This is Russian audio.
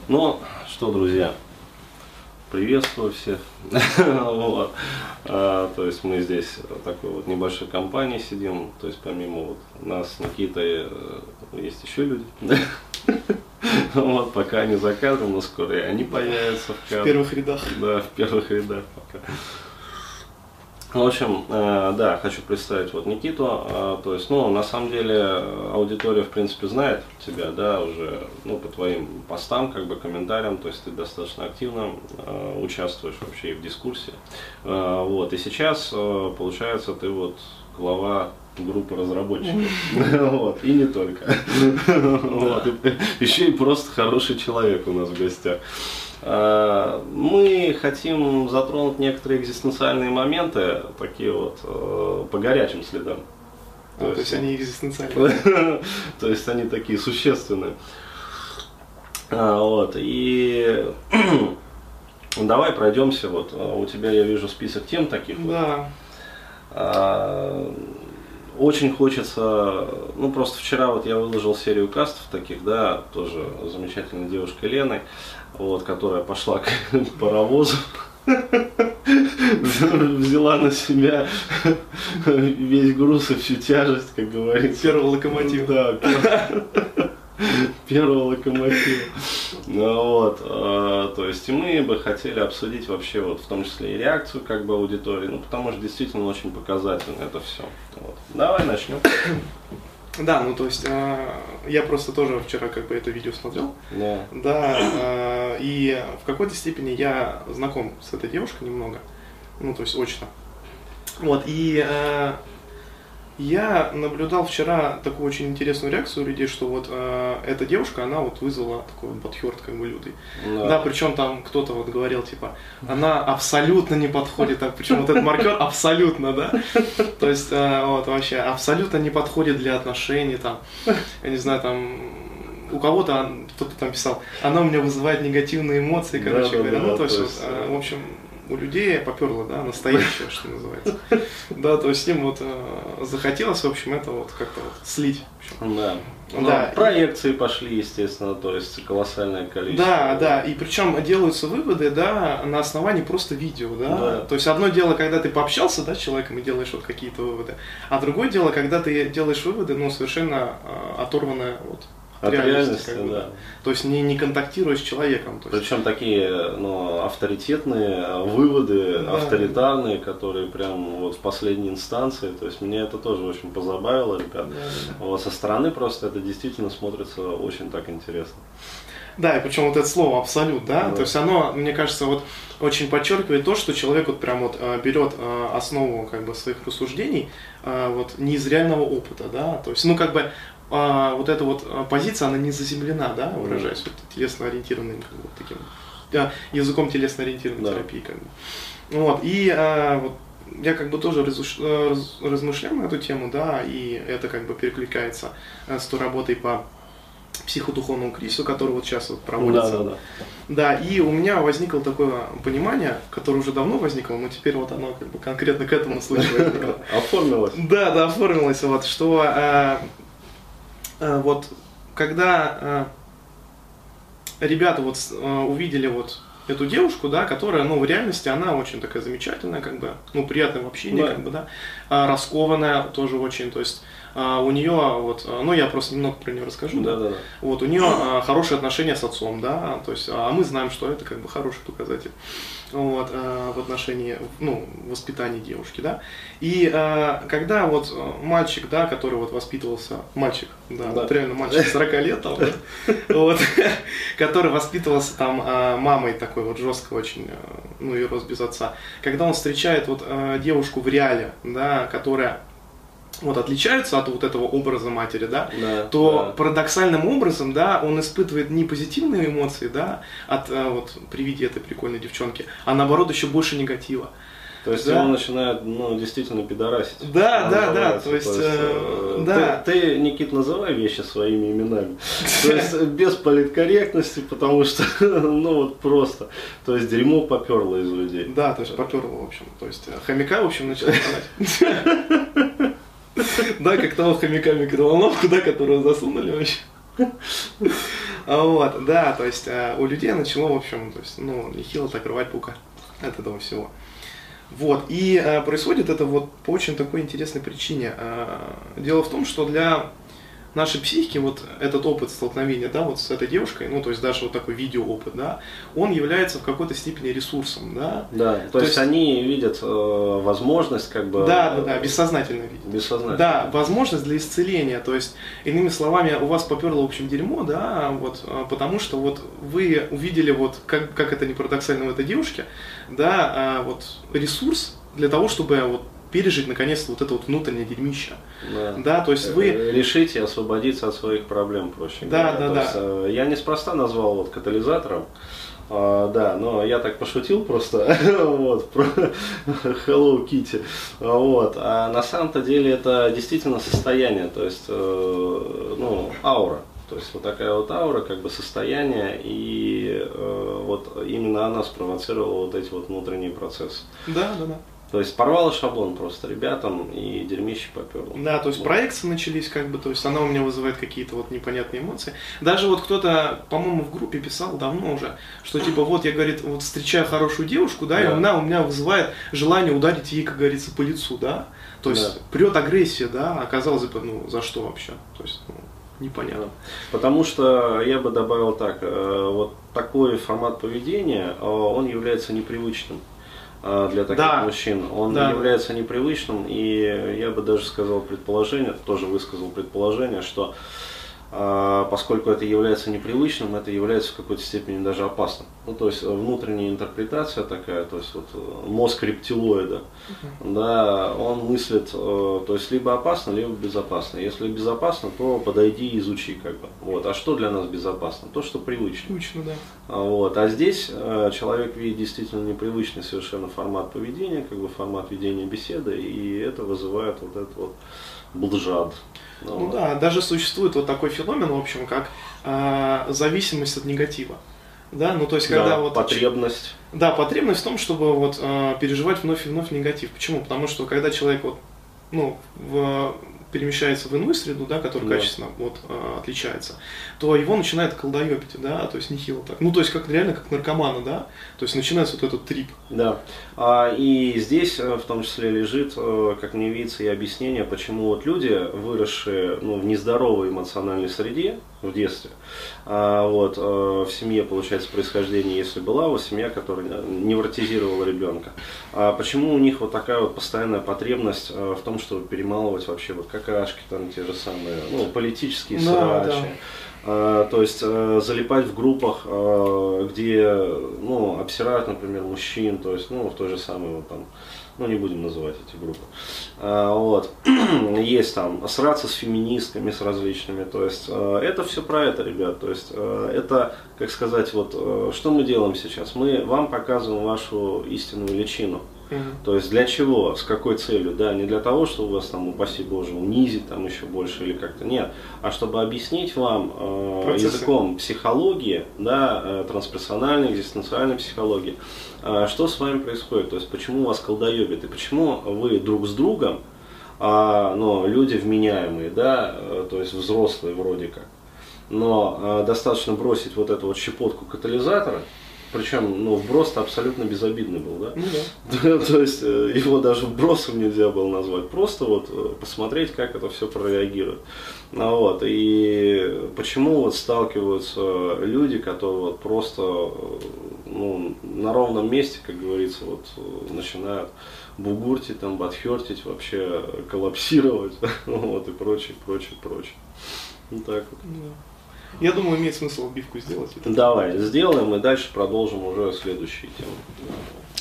Ну что, друзья, приветствую всех. Вот. То есть мы здесь такой вот небольшой компанией сидим. То есть помимо вот нас, Никитой, есть еще люди. Вот, пока они за кадром, но скоро и они появятся в кадре. В первых рядах. Да, в первых рядах пока. В общем, да, хочу представить вот Никиту. То есть, ну, на самом деле, аудитория, в принципе, знает тебя, да, уже, ну, по твоим постам, как бы, комментариям, то есть ты достаточно активно участвуешь вообще и в дискуссии. Вот, и сейчас, получается, ты вот глава группы разработчиков. Вот, и не только. Еще и просто хороший человек у нас в гостях. Мы хотим затронуть некоторые экзистенциальные моменты, такие вот, по горячим следам. То есть они экзистенциальные. То есть они такие существенные. Вот, и давай пройдемся, вот, у тебя, я вижу, список тем таких. Да. Очень хочется, ну просто вчера вот я выложил серию кастов таких, да, тоже замечательной девушкой Леной, вот, которая пошла к паровозу, взяла на себя весь груз и всю тяжесть, как говорится. Первого локомотива. Да, первого локомотива. Вот, то есть и мы бы хотели обсудить вообще, вот, в том числе и реакцию как бы аудитории, ну потому что действительно очень показательно это все. Вот. Давай начнем. Да, ну то есть я просто тоже вчера как бы это видео смотрел. Да. Да, и в какой-то степени я знаком с этой девушкой немного, ну то есть очно. Вот, и я наблюдал вчера такую очень интересную реакцию у людей, что вот эта девушка, она вот вызвала такой вот бодхёрт как бы лютый. Да, причем там кто-то вот говорил, типа, она абсолютно не подходит, причем вот этот маркер абсолютно, да, то есть вот вообще абсолютно не подходит для отношений, там, я не знаю, там, у кого-то, кто-то там писал, она у меня вызывает негативные эмоции, короче говоря, ну то есть, вот, в общем, у людей поперло, да, настоящее, что называется. Да, то есть им вот захотелось, в общем, это вот как-то вот слить. Да. Да. Проекции пошли, естественно, то есть колоссальное количество. Да, да, и причем делаются выводы, да, на основании просто видео, да. То есть одно дело, когда ты пообщался, да, с человеком и делаешь вот какие-то выводы, а другое дело, когда ты делаешь выводы, ну, совершенно оторванные вот от реальности, как бы, да. То есть не контактируя с человеком. То есть. Причем такие, ну, авторитетные выводы, да, авторитарные, которые прям вот в последней инстанции. То есть меня это тоже очень позабавило, ребят. Да. Вот со стороны просто это действительно смотрится очень так интересно. Да, и причем вот это слово абсолют, да, то есть оно, мне кажется, вот очень подчеркивает то, что человек вот прям вот берет основу как бы своих рассуждений вот не из реального опыта, да, то есть, ну как бы вот эта вот позиция, она не заземлена, да, выражаясь вот телесно-ориентированным как бы, таким языком телесно-ориентированной терапии, как бы. Вот, и вот я как бы тоже размышлял на эту тему, да, и это как бы перекликается с той работой по психодуховному кризису, который вот сейчас вот проводится. Да, и у меня возникло такое понимание, которое уже давно возникло, но теперь вот оно как бы конкретно к этому случаю возникло. Оформилось. Да, оформилось, вот, что вот когда ребята вот увидели вот эту девушку, да, которая, ну, в реальности она очень такая замечательная, как бы, ну, приятная в общении, как бы, да, раскованная тоже очень, то есть у нее вот, ну, я просто немного про нее расскажу, да. Вот, у нее хорошие отношения с отцом, да, то есть, а мы знаем, что это как бы хороший показатель, вот, в отношении, ну, воспитания девушки, да, и когда вот мальчик, да, который вот воспитывался, мальчик, да, вот реально мальчик 40 лет, там, вот, который воспитывался там мамой такой вот жестко очень, ну, и рос без отца, когда он встречает вот девушку в реале, да, которая вот отличаются от вот этого образа матери, да, то парадоксальным образом, да, он испытывает не позитивные эмоции, да, от вот при виде этой прикольной девчонки, а наоборот еще больше негатива. То есть его начинают, ну, действительно пидорасить. Да, то есть, да. Ты, Никит, называй вещи своими именами. То есть без политкорректности, потому что, ну, вот просто, то есть дерьмо поперло из людей. Да, то есть поперло, в общем, то есть хомяка, в общем, начали знать. Да, как того хомяка микроволновку, да, которую засунули вообще. Вот, да, то есть у людей начало, в общем, то есть, ну, нехило так рвать пука от этого всего. Вот, и происходит это вот по очень такой интересной причине. Дело в том, что для нашей психики вот этот опыт столкновения, да, вот с этой девушкой, ну, то есть даже вот такой видеоопыт, да, он является в какой-то степени ресурсом, да. Да, то есть они видят возможность как бы... Да, бессознательно видят. Бессознательно. Да, возможность для исцеления, то есть, иными словами, у вас поперло, в общем, дерьмо, да, вот, потому что вот вы увидели, вот, как это не парадоксально в этой девушке, да, вот, ресурс для того, чтобы вот пережить, наконец-то, вот это вот внутреннее дерьмище. Да, то есть вы... Решить и освободиться от своих проблем, проще говоря. Да. Есть, я неспроста назвал вот катализатором, да, но я так пошутил просто, вот, про Hello Kitty, вот, а на самом-то деле это действительно состояние, то есть, ну, аура. То есть вот такая вот аура, как бы состояние, и вот именно она спровоцировала вот эти вот внутренние процессы. Да. То есть порвала шаблон просто ребятам, и дерьмище поперло. Да, то есть вот. Проекции начались, как бы, то есть она у меня вызывает какие-то вот непонятные эмоции. Даже вот кто-то, по-моему, в группе писал давно уже, что типа вот я, говорит, вот встречаю хорошую девушку, да, и она у меня вызывает желание ударить ей, как говорится, по лицу, да. То есть прет агрессия, да, а казалось бы, ну за что вообще? То есть, ну, непонятно. Потому что я бы добавил так, вот такой формат поведения, он является непривычным для таких мужчин. Он является непривычным, и я бы даже сказал предположение, тоже высказал предположение, что поскольку это является непривычным, это является в какой-то степени даже опасным. Ну, то есть внутренняя интерпретация такая, то есть вот мозг рептилоида, да, он мыслит, то есть либо опасно, либо безопасно. Если безопасно, то подойди и изучи как бы. Вот. А что для нас безопасно? То, что привычно. Привычно, да. Вот. А здесь человек видит действительно непривычный совершенно формат поведения, как бы формат ведения беседы, и это вызывает вот этот вот блжад. Ну да, даже существует вот такой феномен, в общем, как зависимость от негатива. Да, ну то есть когда вот... Потребность. Да, потребность в том, чтобы вот переживать вновь и вновь негатив. Почему? Потому что когда человек вот, ну, перемещается в иную среду, да, которая качественно вот, отличается, то его начинает колдоебить, да, то есть нехило так. Ну, то есть как реально как наркомана, да, то есть начинается вот этот трип. Да, и здесь в том числе лежит, как мне видится, и объяснение, почему вот люди, выросшие, ну, в нездоровой эмоциональной среде в детстве, вот, в семье, получается, происхождение, если была вот семья, которая невротизировала ребенка, почему у них вот такая вот постоянная потребность в том, чтобы перемалывать вообще вот какашки, там те же самые, ну, политические срачи. То есть залипать в группах, где, ну, обсирают, например, мужчин, то есть, ну, в той же самой, вот, там, ну, не будем называть эти группы. Вот. Есть там сраться с феминистками, с различными, то есть это все про это, ребят, то есть это, как сказать, вот, что мы делаем сейчас? Мы вам показываем вашу истинную личину. То есть для чего, с какой целью, да, не для того, чтобы вас там, упаси Боже, унизить там еще больше или как-то, нет, а чтобы объяснить вам языком психологии, да, трансперсональной, экзистенциальной психологии, что с вами происходит, то есть почему вас колдоебит и почему вы друг с другом, но люди вменяемые, да, то есть взрослые вроде как, но достаточно бросить вот эту вот щепотку катализатора. Причем, ну, вброс-то абсолютно безобидный был, да? Ну да. То есть его даже вбросом нельзя было назвать. Просто вот посмотреть, как это все прореагирует. Вот. И почему вот сталкиваются люди, которые вот просто, ну, на ровном месте, как говорится, вот начинают бугуртить, там, бадхертить, вообще коллапсировать, вот, и прочее. Вот так вот. Я думаю, имеет смысл отбивку сделать. Давай, сделаем и дальше продолжим уже следующие темы.